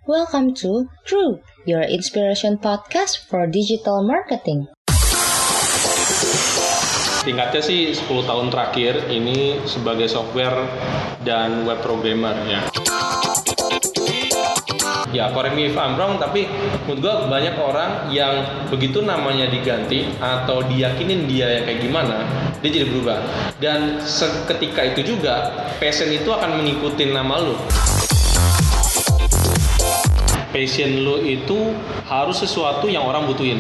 Welcome to True, your inspiration podcast for digital marketing. Tingkatnya sih 10 tahun terakhir ini sebagai software dan web programmer ya. Ya, correct me if I'm wrong, tapi menurut gue banyak orang yang begitu namanya diganti atau diyakinin dia yang kayak gimana, dia jadi berubah. Dan seketika itu juga, passion itu akan mengikuti nama lu. Passion lu itu harus sesuatu yang orang butuhin.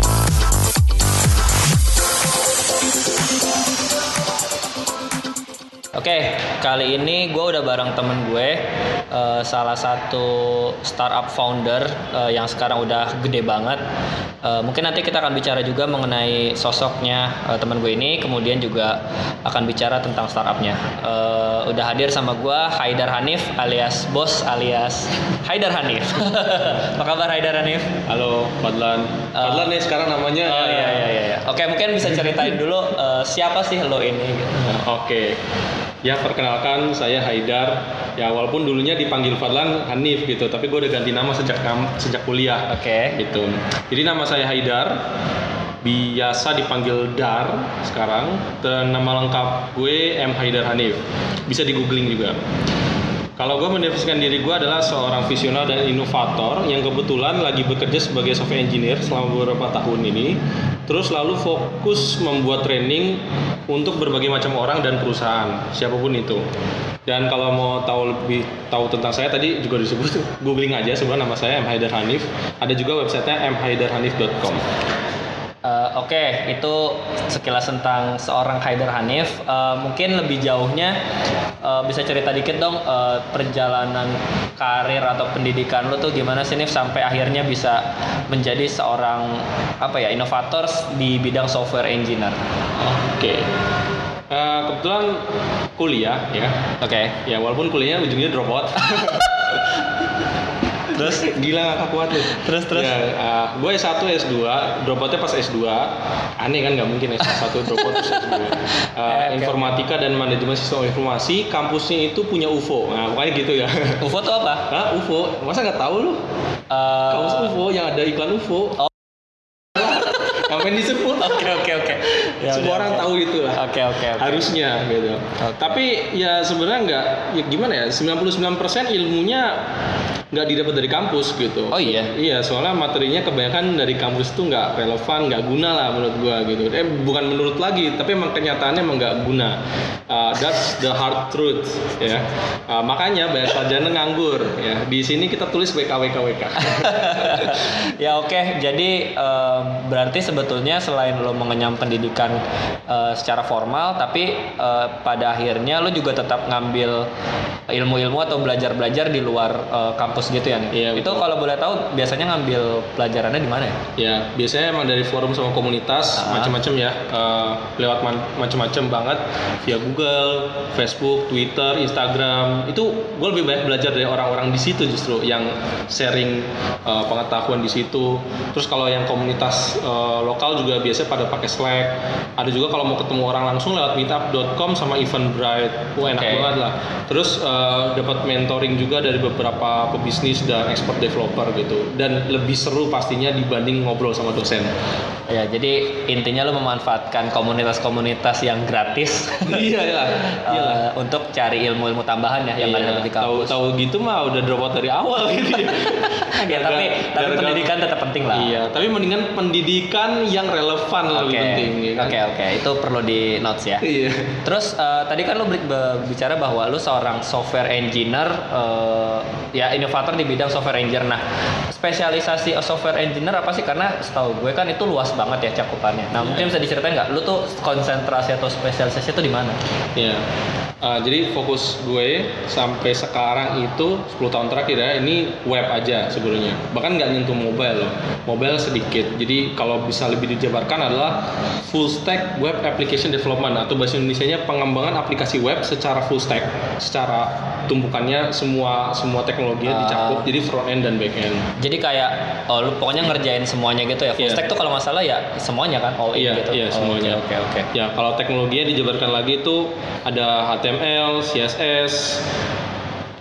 Oke, kali ini gue udah bareng temen gue, salah satu startup founder yang sekarang udah gede banget. Mungkin nanti kita akan bicara juga mengenai sosoknya temen gue ini, kemudian juga akan bicara tentang startupnya. Udah hadir sama gue Haidar Hanif alias Bos alias Haidar Hanif. Apa kabar Haidar Hanif? Halo, Fadlan. Fadlan nih sekarang namanya. Oh iya. Oke, mungkin bisa ceritain dulu siapa sih lo ini? Gitu. Oke. Ya, perkenalkan saya Haidar. Ya, walaupun dulunya dipanggil Fadlan Hanif gitu, tapi gue udah ganti nama sejak kuliah. Oke. Gitu. Jadi nama saya Haidar. Biasa dipanggil Dar sekarang. Dan nama lengkap gue M Haidar Hanif. Bisa di googling juga. Kalau gue mendefinisikan diri gue adalah seorang visioner dan inovator yang kebetulan lagi bekerja sebagai software engineer selama beberapa tahun ini. Terus lalu fokus membuat training untuk berbagai macam orang dan perusahaan, siapapun itu. Dan kalau mau tahu tentang saya, tadi juga disebut, googling aja sebenarnya nama saya M Haidar Hanif. Ada juga websitenya mhaidarhanif.com. Oke, itu sekilas tentang seorang Haidar Hanif. Mungkin lebih jauhnya bisa cerita dikit dong perjalanan karir atau pendidikan lu tuh gimana sih Nif sampai akhirnya bisa menjadi seorang inovator di bidang software engineer. Oke. Kebetulan kuliah ya. Oke. Ya, walaupun kuliahnya ujungnya drop out. Terus gila gak kuat tuh. Terus ya, gue S1 S2 drop outnya pas S2. Aneh kan, nggak mungkin S1 drop out terus S2. Informatika dan manajemen sistem informasi, kampusnya itu punya UFO. Nah, pokoknya gitu ya. UFO tuh apa? Hah, UFO? Masa nggak tahu lu? Kampus UFO yang ada iklan UFO. Ngapain disebut? Oke. Ya, semua orang tahu itu lah. Oke. Harusnya gitu. Okay. Tapi ya sebenarnya nggak, ya gimana ya? 99% ilmunya nggak didapat dari kampus gitu. Oh iya? Iya, soalnya materinya kebanyakan dari kampus tuh nggak relevan, nggak guna lah menurut gua gitu. Bukan menurut lagi, tapi emang kenyataannya emang nggak guna. That's the hard truth ya. Makanya banyak sarjana nganggur ya. Di sini kita tulis WK. Ya oke. Jadi berarti sebetulnya selain lo mengenyam pendidikan secara formal, tapi pada akhirnya lo juga tetap ngambil ilmu-ilmu atau belajar di luar kampus gitu ya nih. Iya, itu betul. Kalau boleh tahu biasanya ngambil pelajarannya di mana ya? Ya, biasanya emang dari forum sama komunitas macam-macam ya. Lewat macam-macam banget via Google, Facebook, Twitter, Instagram. Itu gue lebih banyak belajar dari orang-orang di situ justru yang sharing pengetahuan di situ. Terus kalau yang komunitas lokal juga biasanya pada pakai Slack. Ada juga kalau mau ketemu orang langsung lewat meetup.com sama Eventbrite. Enak banget lah. Terus dapat mentoring juga dari beberapa pebisnis dan expert developer gitu. Dan lebih seru pastinya dibanding ngobrol sama dosen. Ya, jadi intinya lo memanfaatkan komunitas-komunitas yang gratis. Iya. Untuk cari ilmu-ilmu tambahan ya yang ada di kampus. Tahu gitu mah udah drop out dari awal gitu. Ya, tapi pendidikan tetap penting lah. Iya, tapi mendingan pendidikan yang relevan lebih penting. Ya kan? Oke, itu perlu di notes ya. Iya. Terus tadi kan lu bicara bahwa lu seorang software engineer, ya inovator di bidang software engineer. Nah, spesialisasi software engineer apa sih? Karena setahu gue kan itu luas banget ya cakupannya. Nah, mungkin bisa diceritain nggak? Lu tuh konsentrasi atau spesialisasi itu di mana? Iya. Jadi fokus gue sampai sekarang itu 10 tahun terakhir ya, ini web aja sebenarnya. Bahkan nggak nyentuh mobile loh. Mobile sedikit. Jadi kalau bisa lebih dijabarkan adalah full stack web application development, atau bahasa Indonesianya pengembangan aplikasi web secara full stack. Secara tumpukannya semua teknologinya dicakup, jadi front end dan back end. Jadi kayak lu pokoknya ngerjain semuanya gitu ya. Full stack tuh kalau nggak salah ya semuanya kan all in gitu. Iya, semuanya. Oke. Ya, kalau teknologinya dijabarkan lagi itu ada HTML, CSS,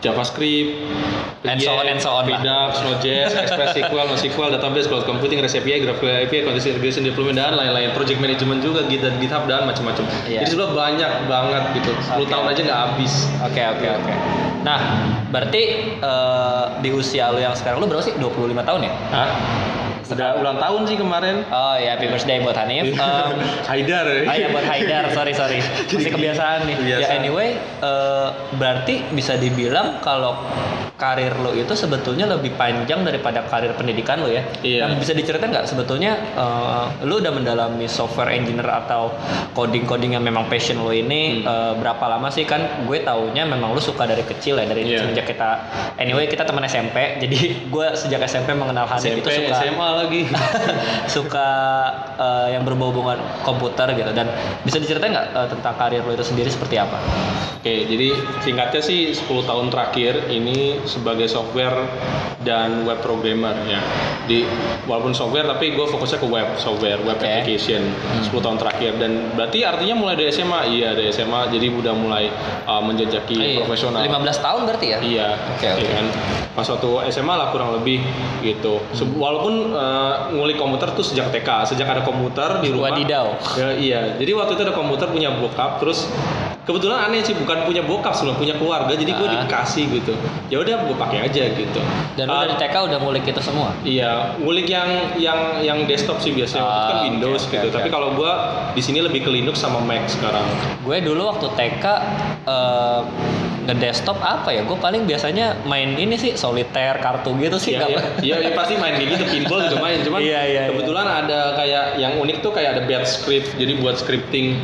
JavaScript, And so on lah. Redux, Node.js, ExpressSQL, NoSQL, database, cloud computing, REST API, GraphQL API, continuous integration, deployment dan lain-lain, project management juga, Git dan GitHub dan macam-macam. Iya. Jadi sebenarnya banyak banget gitu. 10 tahun aja nggak habis. Oke. Nah, berarti di usia lu yang sekarang lu berapa sih? 25 tahun ya? Hah? Udah ulang tahun sih kemarin. Oh ya, happy birthday buat Hanif. Haidar. Ya buat Haidar, sorry. Masih kebiasaan nih. Kebiasaan. Ya anyway, berarti bisa dibilang kalau karir lo itu sebetulnya lebih panjang daripada karir pendidikan lo ya. Iya. Dan bisa diceritain nggak sebetulnya lo udah mendalami software engineer atau coding yang memang passion lo ini berapa lama sih? Kan gue taunya memang lo suka dari kecil ya, dari semenjak kita. Anyway, kita teman SMP. Jadi gue sejak SMP mengenal Hanif itu suka SMA lagi. suka yang berbau-hubungan komputer gitu. Dan bisa diceritain nggak tentang karir lo itu sendiri seperti apa? Oke, jadi singkatnya sih 10 tahun terakhir ini sebagai software dan web programmer ya. Walaupun software tapi gue fokusnya ke web application 10 tahun terakhir. Dan berarti artinya mulai dari SMA. Iya, dari SMA jadi udah mulai menjajaki profesional. 15 tahun berarti ya? Iya. Oke. Kan. Pas waktu SMA lah kurang lebih gitu. Walaupun ngulik komputer tuh sejak TK, sejak ada komputer di rumah. Wadidaw. Ya, iya. Jadi waktu itu ada komputer punya bokap, terus kebetulan aneh sih, bukan punya bokap, sebelum punya keluarga, jadi gue dikasih gitu. Ya udah gue pakai aja gitu. Dan lu dari TK udah ngulik itu semua? Iya, ngulik yang desktop sih biasanya. Waktu itu kan Windows gitu. Tapi kalau gue di sini lebih ke Linux sama Mac sekarang. Gue dulu waktu TK nge-desktop apa ya? Gue paling biasanya main ini sih, solitaire, kartu gitu sih. Iya, pasti main kayak gitu, pinball juga main. Cuman kebetulan ada kayak yang unik tuh kayak ada batch script. Jadi buat scripting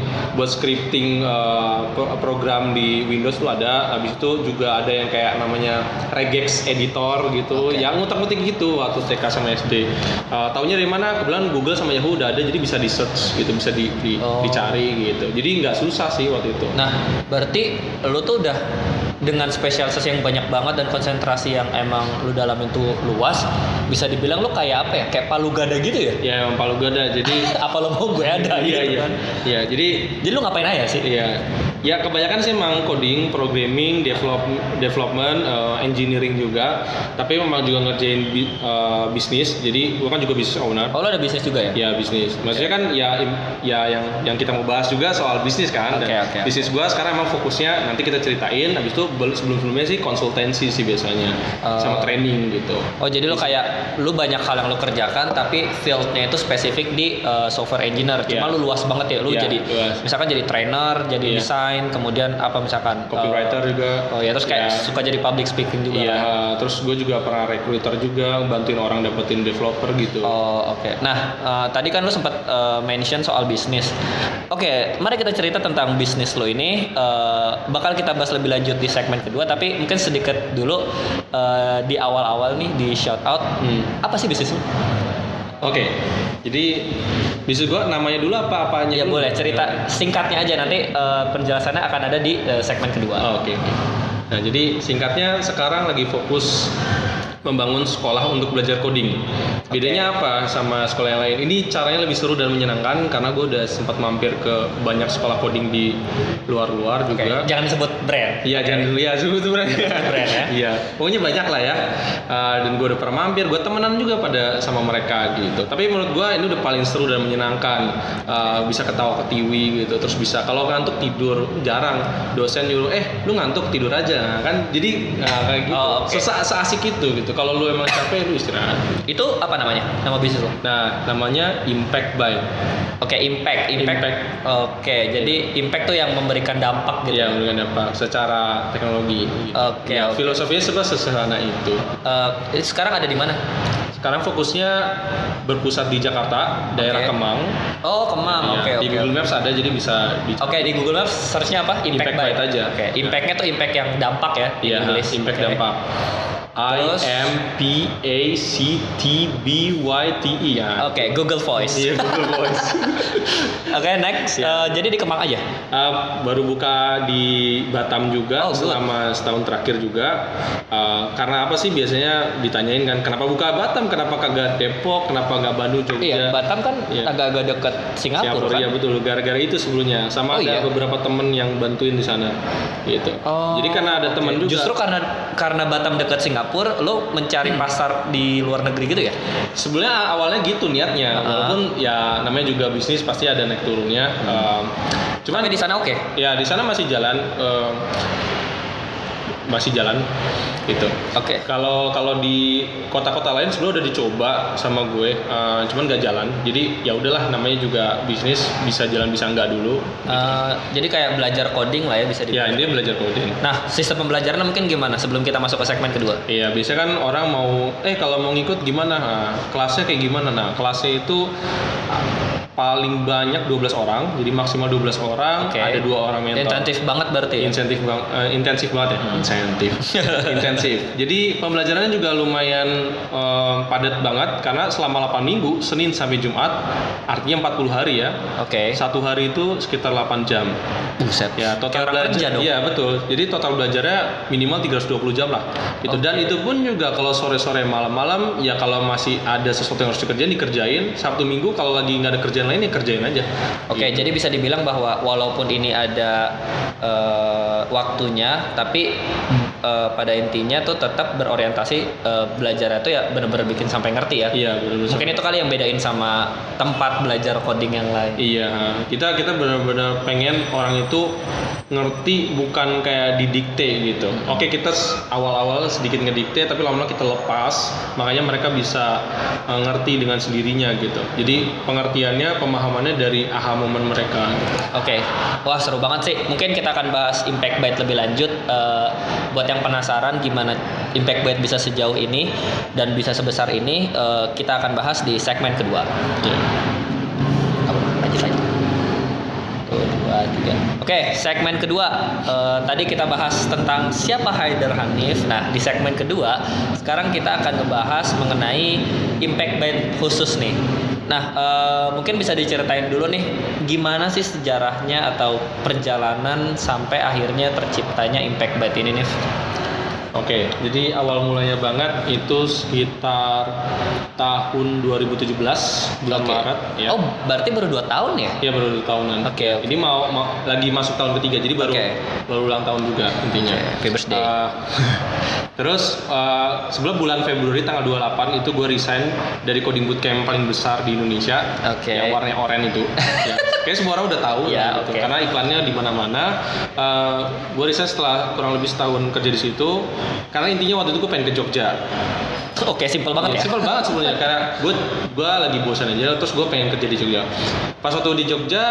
program di Windows tuh ada. Habis itu juga ada yang kayak namanya regex editor gitu, yang ngutak-ngutik gitu waktu TK sama SD. Taunya dari mana? Kebetulan Google sama Yahoo udah ada, jadi bisa di search gitu, bisa dicari gitu. Jadi nggak susah sih waktu itu. Nah, berarti lu tuh udah dengan spesialisasi yang banyak banget dan konsentrasi yang emang lu dalam itu luas, bisa dibilang lu kayak apa ya? Kayak palu gada gitu ya? Ya, emang palu gada. Jadi apa lo mau gue ada gitu kan? Iya, jadi lu ngapain aja sih? Iya. Ya kebanyakan sih emang coding, programming, development, engineering juga. Tapi memang juga ngerjain bisnis. Jadi gue kan juga business owner. Oh, lo ada bisnis juga ya? Ya, bisnis. Maksudnya kan ya yang kita mau bahas juga soal bisnis kan. Okay. Bisnis gue sekarang emang fokusnya nanti kita ceritain. Habis itu sebelum-sebelumnya sih konsultansi sih biasanya sama training gitu. Oh, jadi lo kayak lu banyak hal yang lo kerjakan tapi fieldnya itu spesifik di software engineer. Cuma lu luas banget ya. Lu jadi luas. Misalkan jadi trainer, jadi desain, kemudian apa misalkan copywriter juga. Oh ya, terus kayak suka jadi public speaking juga. Iya, terus gue juga pernah recruiter juga, bantuin orang dapetin developer gitu. Oh, oke. Nah, tadi kan lu sempat mention soal bisnis. Oke, mari kita cerita tentang bisnis lo ini. Bakal kita bahas lebih lanjut di segmen kedua, tapi mungkin sedikit dulu di awal-awal nih di shout out. Apa sih bisnis lo? Oke. Jadi bisnis gue namanya dulu apa-apanya? Ya dulu? Boleh cerita singkatnya aja, nanti penjelasannya akan ada di segmen kedua. Oke. Nah, jadi singkatnya sekarang lagi fokus membangun sekolah untuk belajar coding. Bedanya apa sama sekolah yang lain? Ini caranya lebih seru dan menyenangkan karena gue udah sempat mampir ke banyak sekolah coding di luar-luar juga. Jangan disebut brand. Iya, jangan dulu ya, sebut brand. Brand ya. Iya, pokoknya banyak lah ya. Dan gue udah pernah mampir, gue temenan juga sama mereka gitu. Tapi menurut gue ini udah paling seru dan menyenangkan. Bisa ketawa ketiwi gitu, terus bisa kalau ngantuk tidur, jarang dosen nyuruh lu ngantuk tidur aja. Nah, kan jadi kayak gitu. Seasik itu gitu. Kalau lu emang capek lu istirahat. Itu apa namanya? Nama bisnis lo? Nah, namanya Impact Byte. Oke, Impact. Oke, jadi impact tuh yang memberikan dampak gitu. Iya, memberikan dampak secara teknologi. Gitu. Oke. Filosofinya sebenarnya sesederhana itu. Sekarang ada di mana? Sekarang fokusnya berpusat di Jakarta, daerah Kemang. Oh, Kemang. Oke. Di Google Maps ada, jadi bisa Oke, di Google Maps search-nya apa? Impact Byte aja. Oke. Impact-nya tuh impact yang dampak ya? Iya, Impact dampak. IMPACTBYTE ya. Oke, Google Voice. Iya, Google Voice. Oke, next. Jadi di Kemang aja. Baru buka di Batam juga good. selama setahun terakhir juga. Karena apa sih biasanya ditanyain kan, kenapa buka Batam, kenapa kagak Depok, kenapa nggak Bandung, Jogja? Iya, Batam kan agak-agak dekat Singapura kan? Iya betul, gara-gara itu sebelumnya. Sama ada beberapa temen yang bantuin di sana, gitu. Jadi karena ada teman juga. Justru karena Batam dekat Singapura, lo mencari pasar di luar negeri gitu ya? Sebenarnya awalnya gitu niatnya, walaupun ya namanya juga bisnis pasti ada naik turunnya. Cuman di sana oke? Ya di sana masih jalan. Gitu. Oke. Kalau di kota-kota lain sebenarnya udah dicoba sama gue, cuman nggak jalan. Jadi ya udahlah, namanya juga bisnis, bisa jalan bisa nggak dulu. Jadi kayak belajar coding lah ya, bisa Ya intinya belajar coding. Nah, sistem pembelajaran mungkin gimana sebelum kita masuk ke segmen kedua? Iya, biasanya kan orang mau kalau mau ngikut gimana? Kelasnya kayak gimana? Nah, kelasnya itu paling banyak 12 orang, jadi maksimal 12 orang. Ada 2 orang mentor. Intensif banget berarti. Intensif banget ya. Intensif. Jadi pembelajarannya juga lumayan padat banget karena selama 8 minggu, Senin sampai Jumat, artinya 40 hari ya. Satu hari itu sekitar 8 jam. Buset. Ya, total belajar. Iya, betul. Jadi total belajarnya minimal 320 jam lah. Itu dan itu pun juga kalau sore-sore malam-malam ya, kalau masih ada sesuatu yang harus dikerjain. Sabtu Minggu kalau lagi nggak ada kerjaan lain ya kerjain aja. Gitu. Jadi bisa dibilang bahwa walaupun ini ada waktunya, tapi pada intinya tuh tetap berorientasi belajarnya tuh ya benar-benar bikin sampai ngerti ya. Iya, benar-benar. Mungkin itu kali yang bedain sama tempat belajar coding yang lain. Iya, kita benar-benar pengen orang itu ngerti, bukan kayak didikte gitu. Kita awal-awal sedikit ngedikte, tapi lama-lama kita lepas, makanya mereka bisa ngerti dengan sendirinya gitu. Jadi pengertiannya, pemahamannya dari aha momen mereka. Wah seru banget sih. Mungkin kita akan bahas Impact Byte lebih lanjut. Buat yang penasaran gimana Impact Byte bisa sejauh ini dan bisa sebesar ini, kita akan bahas di segmen kedua. Segmen kedua. Tadi kita bahas tentang siapa Haidar Hanif. Nah, di segmen kedua sekarang kita akan ngebahas mengenai Impact Byte khusus nih. Nah, mungkin bisa diceritain dulu nih, gimana sih sejarahnya atau perjalanan sampai akhirnya terciptanya Impact Byte ini nih? Jadi awal mulanya banget itu sekitar tahun 2017 bulan Maret ya. Berarti baru 2 tahun ya? Iya, baru 2 tahunan. Ini mau lagi masuk tahun ketiga, jadi baru ulang tahun juga intinya. Happy birthday. Terus sebelum bulan Februari tanggal 28 itu gue resign dari coding bootcamp paling besar di Indonesia, yang warnanya oranye itu. Kayaknya semua orang udah tahu gitu, karena iklannya di mana-mana. Gue resign setelah kurang lebih setahun kerja di situ, karena intinya waktu itu gue pengen ke Jogja. Simpel banget ya? Simpel banget sebenarnya, karena gue lagi bosan aja, terus gue pengen kerja di Jogja. Pas waktu di Jogja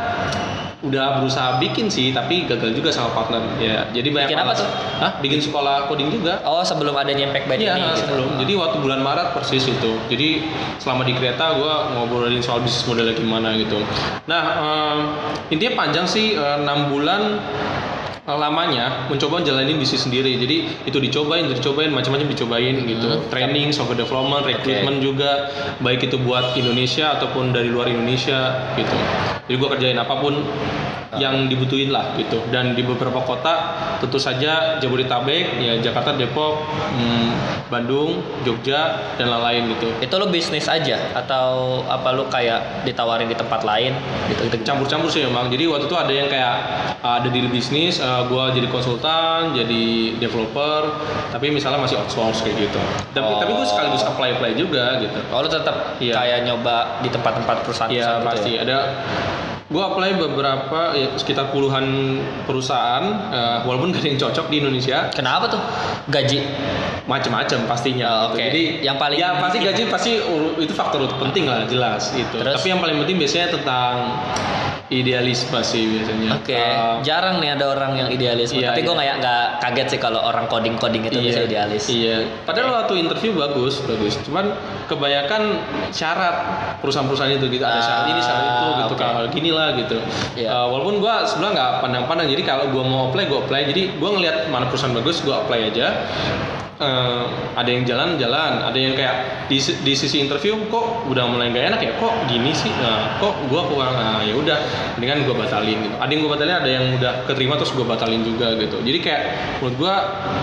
udah berusaha bikin sih, tapi gagal juga sama partner ya. Jadi banyak apa tuh? Bikin sekolah coding juga. Sebelum adanya Impact Byte ini? Iya, sebelum. Jadi waktu bulan Maret persis itu. Jadi selama di kereta gue ngobrolin soal bisnis modelnya gimana gitu. Nah, intinya panjang sih, 6 bulan lamanya mencoba jalanin bisnis sendiri. Jadi itu dicobain, macam-macam dicobain gitu. Training, software development, recruitment juga, baik itu buat Indonesia ataupun dari luar Indonesia gitu. Jadi gue kerjain apapun yang dibutuhin lah gitu. Dan di beberapa kota, tentu saja Jabodetabek, ya Jakarta, Depok, Bandung, Jogja, dan lain-lain gitu. Itu lo bisnis aja atau apa lo kayak ditawarin di tempat lain gitu? Campur-campur sih memang. Jadi waktu itu ada yang kayak ada deal bisnis, gue jadi konsultan, jadi developer, tapi misalnya masih outsource kayak gitu. Tapi gue sekaligus apply juga gitu. Lo tetap kayak nyoba di tempat-tempat perusahaan gitu. Iya, pasti ya? Ada. Gue apply beberapa, sekitar puluhan perusahaan, walaupun gak ada yang cocok di Indonesia. Kenapa tuh? Gaji? Macam-macam pastinya. Jadi yang paling pasti gaji pasti itu faktor penting lah, jelas itu. Tapi yang paling penting biasanya tentang idealisme sih biasanya. Jarang nih ada orang yang idealisme. Tapi gue nggak kaget sih kalau orang coding itu bisa idealis. Padahal waktu interview bagus. Cuman kebanyakan syarat perusahaan-perusahaan itu gitu, ada syarat ini, syarat itu gitu, kalau gini lah gitu. Walaupun gue sebenarnya nggak pandang-pandang. Jadi kalau gue mau apply, gue apply. Jadi gue ngelihat mana perusahaan bagus, gue apply aja. ada yang jalan, ada yang kayak di sisi interview kok udah mulai nggak enak ya, kok gini sih, kok gue kurang, ya udah, mendingan gue batalin gitu. Ada yang gue batalin, ada yang udah keterima terus gue batalin juga gitu. Jadi kayak menurut gue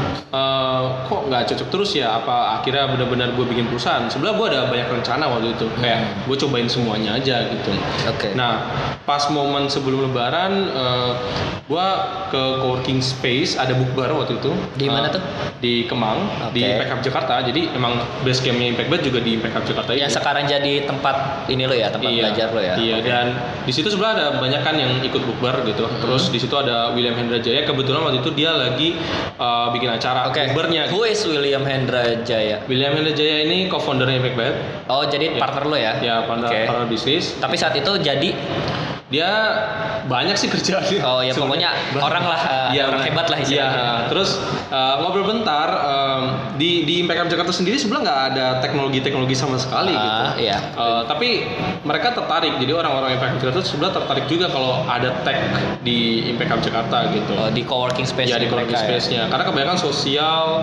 kok nggak cocok terus ya, apa akhirnya benar-benar gue bikin perusahaan. Sebenarnya gue ada banyak rencana waktu itu, kayak gue cobain semuanya aja gitu. Nah pas momen sebelum lebaran gue ke coworking space, ada bukber waktu itu. Di mana tuh? Di Kemang, di Impact Hub Jakarta. Jadi emang base campnya Impact Bed juga di Impact Hub Jakarta. Yang sekarang jadi tempat ini lo ya, tempat belajar lo ya. Iya, dan di situ sebenarnya ada banyak kan yang ikut bukber gitu. Terus di situ ada William Hendra Jaya, kebetulan waktu itu dia lagi bikin acara bukbernya. Who is William Hendra Jaya? William Hendra Jaya ini co-foundernya Impact Bed. Oh, jadi partner lo ya? Ya, partner bisnis. Tapi saat itu jadi dia banyak sih kerjaannya. Oh ya, pokoknya orang lah, orang hebat lah istilahnya. Iya. Terus ngobrol bentar, di Impact Hub Jakarta sendiri sebenarnya nggak ada teknologi sama sekali gitu. Iya. Tapi mereka tertarik. Jadi orang-orang Impact Hub Jakarta sebenarnya tertarik juga kalau ada tech di Impact Hub Jakarta gitu. Di coworking space. Ya, di coworking space-nya. Karena kebanyakan sosial,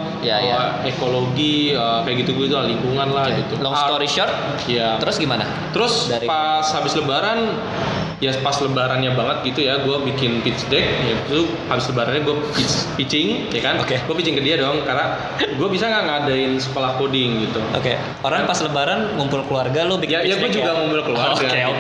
ekologi, kayak gitu-gitu lah, lingkungan lah gitu. Long story short. Iya. Terus gimana? Terus pas habis lebaran, ya pas lebarannya banget gitu ya, gue bikin pitch deck. Ya itu habis lebarannya gue pitching, ya kan? Gue pitching ke dia dong, karena gue bisa nggak ngadain sekolah coding gitu. Orang pas lebaran ngumpul keluarga, lo bikin pitch deck. Ya gue juga ngumpul keluarga.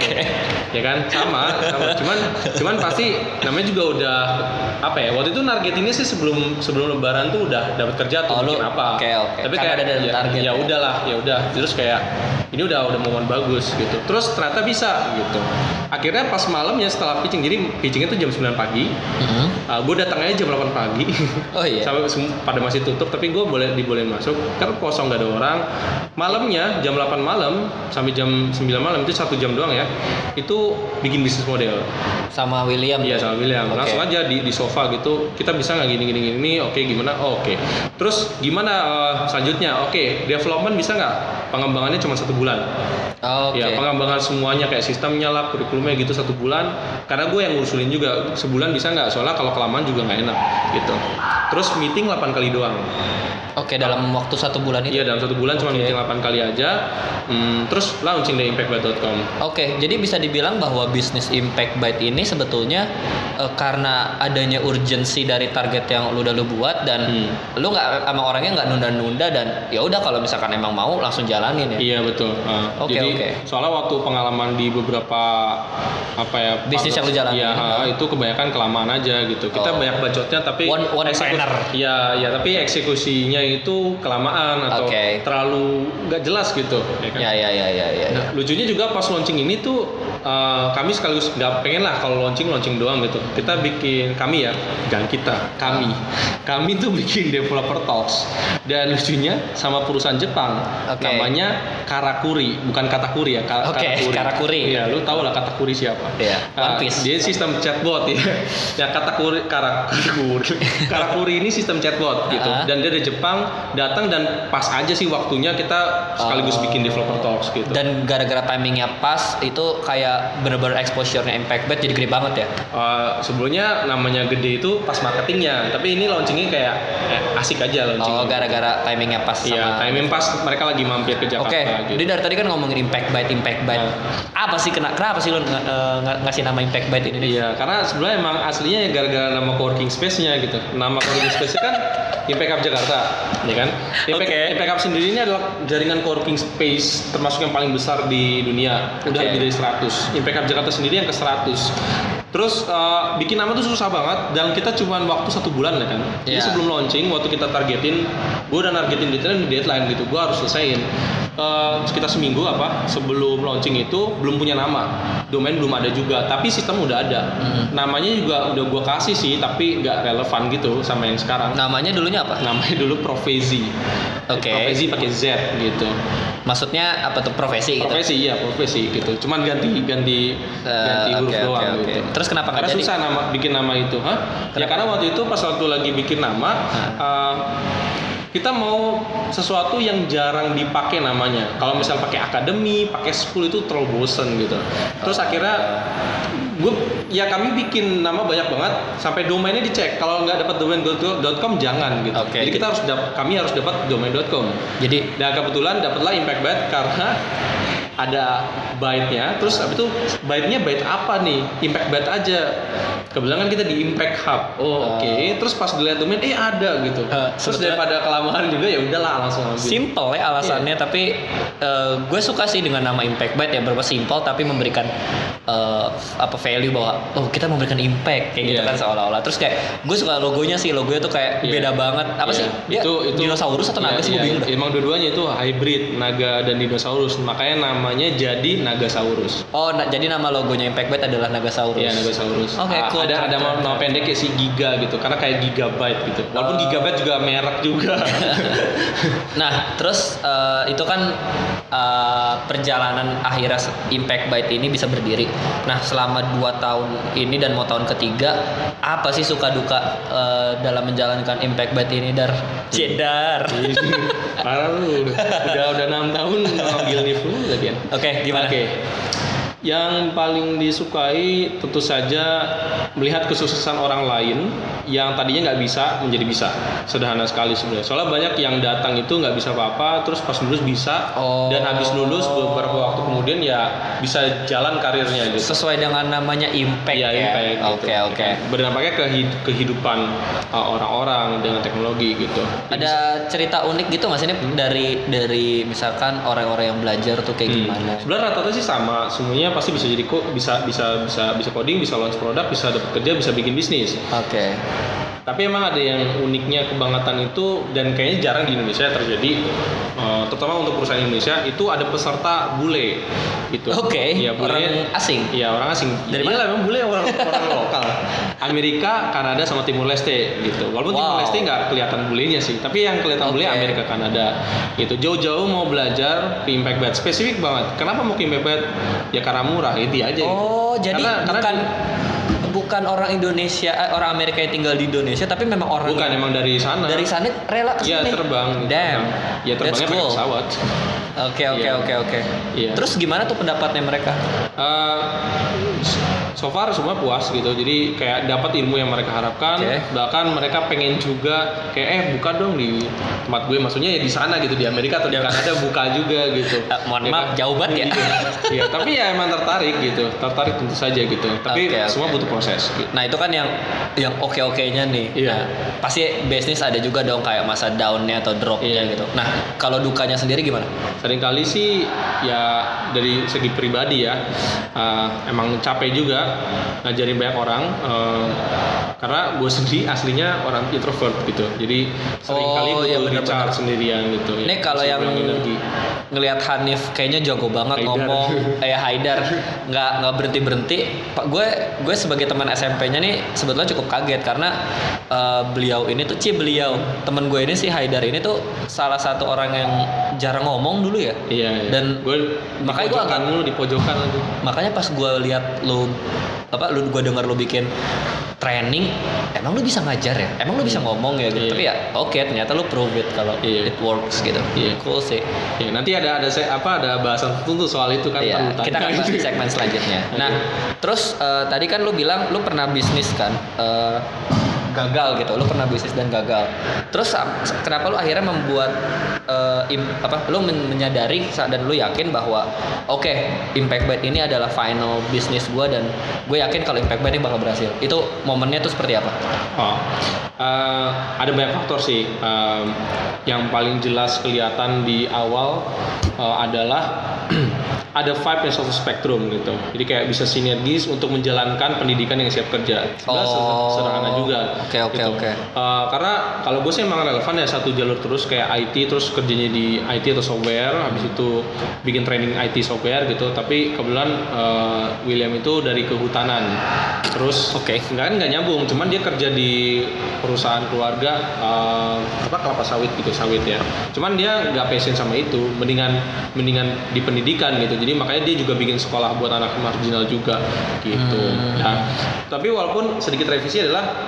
Ya kan, sama. Cuman pasti namanya juga udah apa ya? Waktu itu nargetinnya sih sebelum lebaran tuh udah dapat kerja tuh, bikin apa? Tapi kayak ada target. Ya udah. Terus kayak ini udah momen bagus gitu. Terus ternyata bisa gitu. Akhirnya pas malamnya setelah pitching, jadi pitchingnya tuh jam 9 pagi. Gue datang aja jam 8 pagi. Oh iya. Sampai pada masih tutup, tapi gue dibolehin masuk karena kosong, gak ada orang. Malamnya jam 8 malam sampai jam 9 malam, itu 1 jam doang ya. Itu bikin bisnis model. Sama William. Iya, sama William. Langsung aja di sofa gitu. Kita bisa nggak gini. Oke, gimana? Oke. Terus gimana selanjutnya? Oke, development bisa nggak? Pengembangannya cuma 1 bulan. Ya, pengembangan semuanya kayak sistemnya lah, kurikulumnya gitu 1 bulan. Karena gue yang ngurusin juga, sebulan bisa nggak? Soalnya kalau kelamaan juga nggak enak gitu. Terus meeting 8 kali doang. Dalam waktu 1 bulan itu? Iya, dalam 1 bulan cuma meeting 8 kali aja. Terus launching di impactbyte.com. Jadi bisa dibilang bahwa bisnis Impact Byte ini sebetulnya karena adanya urgensi dari target yang lu udah buat, dan lu nggak sama orangnya nggak nunda-nunda, dan ya udah kalau misalkan emang mau langsung jalanin ya. Iya betul. Jadi soalnya waktu pengalaman di beberapa bisnis yang lu jalanin, itu kebanyakan kelamaan aja gitu. Kita banyak bacotnya tapi one trainer. Iya, tapi eksekusinya itu kelamaan atau terlalu nggak jelas gitu. Ya kan? Ya. Nah, lucunya juga pas launching ini tuh kami sekaligus nggak pengen lah kalau launching doang gitu. Kita bikin, kami tuh bikin developer talks, dan lucunya sama perusahaan Jepang, namanya Karakuri, bukan Katakuri ya. Karakuri. Iya, lu tau lah Katakuri siapa? Iya. One Piece. Dia sistem chatbot ya. Ya Karakuri ini sistem chatbot gitu. Dan dia dari Jepang datang, dan pas aja sih waktunya kita sekaligus bikin developer talks gitu. Dan gara-gara timingnya pas, itu kayak bener-bener exposure-nya Impact Byte jadi gede banget ya. Sebelumnya namanya gede itu pas marketingnya, tapi ini launchingnya kayak asik aja launching. Gara-gara timingnya pas. Iya, timing pas mereka lagi mampir ke Jakarta. Gitu. Jadi dari tadi kan ngomongin Impact Byte. Apa sih kenapa sih lu ngasih nama Impact Byte ini? Iya, karena sebenarnya emang aslinya ya gara-gara nama coworking space-nya gitu. Nama coworking space-nya kan Impact Hub Jakarta, ya kan? Impact Hub sendiri ini adalah jaringan coworking space termasuk yang paling besar di dunia. Udah lebih dari 100. Impact Hub Jakarta sendiri yang ke 100. Terus bikin nama tuh susah banget, dan kita cuma waktu 1 bulan ya kan. Jadi sebelum launching, waktu kita targetin, gue udah nargetin deadline gitu, gue harus selesaiin. Sekitar seminggu sebelum launching itu belum punya nama, domain belum ada juga, tapi sistem udah ada. Namanya juga udah gue kasih sih, tapi nggak relevan gitu sama yang sekarang. Namanya dulunya apa? Namanya dulu Profesi. Profesi pakai Z gitu. Maksudnya apa tuh, profesi? Profesi gitu. Cuman ganti huruf doang gitu. Terus kenapa nggak jadi? Karena susah bikin nama itu, Ya karena waktu itu pas waktu lagi bikin nama, kita mau sesuatu yang jarang dipakai namanya. Kalau misal pakai akademi, pakai school itu terlalu bosen gitu. Terus akhirnya Kami bikin nama banyak banget sampai domainnya dicek. Kalau nggak dapat domain.com jangan gitu. Okay. Jadi kami harus dapat domain.com. Jadi dan kebetulan dapatlah Impact Byte karena ada byte-nya, terus abis itu byte-nya byte apa nih? Impact Byte aja. Kebetulan kan kita di Impact Hub. Oke. Terus pas dilihat domain, ada gitu. Terus daripada kelamaan juga ya udahlah langsung ambil. Simple ya alasannya, tapi gue suka sih dengan nama Impact Byte ya, berapa simple tapi memberikan value bahwa kita memberikan impact kayak gitu kan seolah-olah. Terus kayak gue suka logonya tuh kayak beda banget. Apa sih? Dia itu dinosaurus atau naga sih? Gue bingung. Emang dua-duanya itu hybrid naga dan dinosaurus. Makanya namanya jadi Nagasaurus. Jadi nama logonya Impact Byte adalah Nagasaurus. Iya, Nagasaurus. Oke, cool. Ada nama pendek kayak si Giga gitu, karena kayak gigabyte gitu. Walaupun gigabyte juga merek juga. Nah, terus itu kan perjalanan akhirnya Impact Byte ini bisa berdiri. Nah, selama 2 tahun ini dan mau tahun ketiga, apa sih suka duka dalam menjalankan Impact Byte ini, Dar? Cedar. Parah lu. Udah 6 tahun ngambil nih flu lagi. Oke, gimana? Oke. Yang paling disukai tentu saja melihat kesuksesan orang lain yang tadinya nggak bisa menjadi bisa. Sederhana sekali sebenarnya. Soalnya banyak yang datang itu nggak bisa apa-apa, terus pas lulus bisa, dan habis lulus beberapa waktu kemudian ya bisa jalan karirnya gitu. Sesuai dengan namanya impact ya. Impact. Oke. Berdampaknya ke kehidupan orang-orang dengan teknologi gitu. Ada cerita unik gitu nggak sih ini dari misalkan orang-orang yang belajar tuh kayak gimana? Sebenarnya rata-rata sih sama, semuanya pasti bisa jadi bisa coding, bisa launch produk, bisa dapat kerja, bisa bikin bisnis. Oke. Tapi emang ada yang uniknya kebangetan itu, dan kayaknya jarang di Indonesia terjadi, terutama untuk perusahaan Indonesia itu ada peserta bule gitu. Oke. Ya, orang asing. Iya, orang asing. Dari mana? Memang bule orang lokal. Amerika, Kanada sama Timur Leste gitu. Walaupun Timur Leste nggak kelihatan bulenya sih, tapi yang kelihatan bule Amerika, Kanada gitu. Jauh-jauh mau belajar ke Impact Byte, spesifik banget. Kenapa mau ke Impact Byte? Ya karena murah, itu aja. Jadi bukan orang Indonesia, orang Amerika yang tinggal di Indonesia, tapi memang orang. Bukan, emang dari sana. Dari sana rela ke sini. Iya, terbang. Damn. Ya terbangnya pakai pesawat. Oke. Iya. Terus gimana tuh pendapatnya mereka? So far semua puas gitu. Jadi kayak dapat ilmu yang mereka harapkan. Bahkan mereka pengen juga kayak buka dong di tempat gue. Maksudnya ya di sana gitu, di Amerika atau di Kanada buka juga gitu. Mohon maaf, jauh banget ya. Iya, tapi ya emang tertarik gitu. Tertarik tentu saja gitu. Tapi semua butuh proses gitu. Nah, itu kan yang oke-okenya nih. Iya. Nah, pasti bisnis ada juga dong kayak masa down-nya atau drop-nya gitu. Nah, kalau dukanya sendiri gimana? Seringkali sih ya dari segi pribadi ya, emang capek juga ngajarin banyak orang, karena gue sendiri aslinya orang introvert gitu, jadi seringkali gue bicara sendirian gitu. Ini kalau yang ngelihat Hanif kayaknya jago banget ngomong, Haidar nggak berhenti. Gue sebagai teman SMP-nya nih sebetulnya cukup kaget karena beliau teman gue ini si Haidar ini tuh salah satu orang yang jarang ngomong dulu ya. Iya. Dan makanya gue agak di pojokan lagi. Makanya pas gue lihat gue dengar lu bikin training, emang lu bisa ngajar ya? Emang lu bisa ngomong ya gitu? Tapi ya ternyata lu prove it kalau it works gitu. Cool sih. Nanti ada bahasan tertentu soal itu kan. Kita akan bahas di segmen selanjutnya. Nah, terus tadi kan lu bilang lu pernah bisnis kan? Gagal gitu, lu pernah bisnis dan gagal. Terus kenapa lu akhirnya membuat lu menyadari dan lu yakin bahwa Impact Byte ini adalah final bisnis gue dan gue yakin kalau Impact Byte ini bakal berhasil. Itu momennya tuh seperti apa? Ada banyak faktor sih. Yang paling jelas kelihatan di awal adalah ada vibe yang satu spektrum gitu. Jadi kayak bisa sinergis untuk menjalankan pendidikan yang siap kerja. Sederhana juga. Oke. Karena kalau gue sih emang relevan ya satu jalur terus kayak IT, terus kerjanya di IT atau software, habis itu bikin training IT software gitu. Tapi kebetulan William itu dari kehutanan. Terus nggak nyambung, cuman dia kerja di perusahaan keluarga kelapa sawit ya. Cuman dia nggak passion sama itu, mendingan di pendidikan gitu. Jadi makanya dia juga bikin sekolah buat anak marginal juga gitu. Nah, tapi walaupun sedikit revisi adalah apakah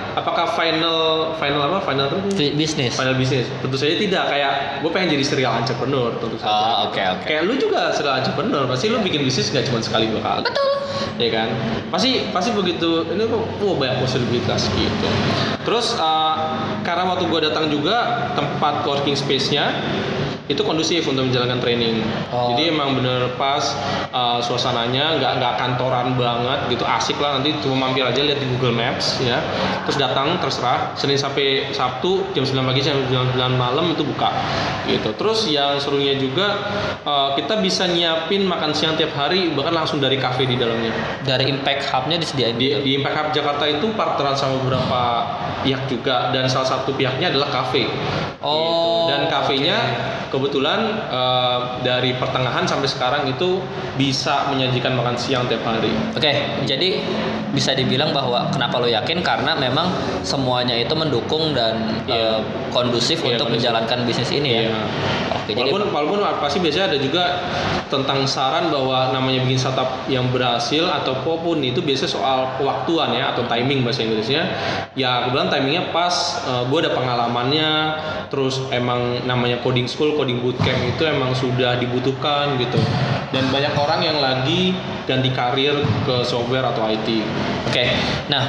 final bisnis. Final bisnis. Tentu saja tidak, kayak gue pengen jadi serial entrepreneur tentu saja. Oke. Kayak lu juga serial entrepreneur, pasti lu bikin bisnis gak cuma sekali 2 kali. Betul. Ya kan? Pasti begitu. Ini kok banyak possibilitas gitu. Terus karena waktu gue datang juga tempat working space-nya itu kondusif untuk menjalankan training. Jadi emang bener pas suasananya nggak kantoran banget gitu, asik lah. Nanti cuma mampir aja lihat di Google Maps ya, terus datang terserah Senin sampai Sabtu jam 9 pagi sampai jam 9 malam itu buka gitu. Terus yang serunya juga kita bisa nyiapin makan siang tiap hari, bahkan langsung dari cafe di dalamnya. Dari Impact Hub-nya disediain di Impact Hub Jakarta itu partneran sama beberapa pihak juga, dan salah satu pihaknya adalah cafe. Gitu. Dan kafenya kebetulan dari pertengahan sampai sekarang itu bisa menyajikan makan siang tiap hari. Oke, jadi bisa dibilang bahwa kenapa lo yakin, karena memang semuanya itu mendukung dan kondusif untuk menjalankan bisnis ini ya. Oke, walaupun pasti biasanya ada juga tentang saran bahwa namanya bikin startup yang berhasil atau apapun itu biasanya soal kewaktuan ya, atau timing bahasa Inggrisnya. Ya kebetulan timingnya pas, gue ada pengalamannya, terus emang namanya coding school, coding bootcamp itu emang sudah dibutuhkan gitu, dan banyak orang yang lagi ganti karir ke software atau IT. Oke. Nah,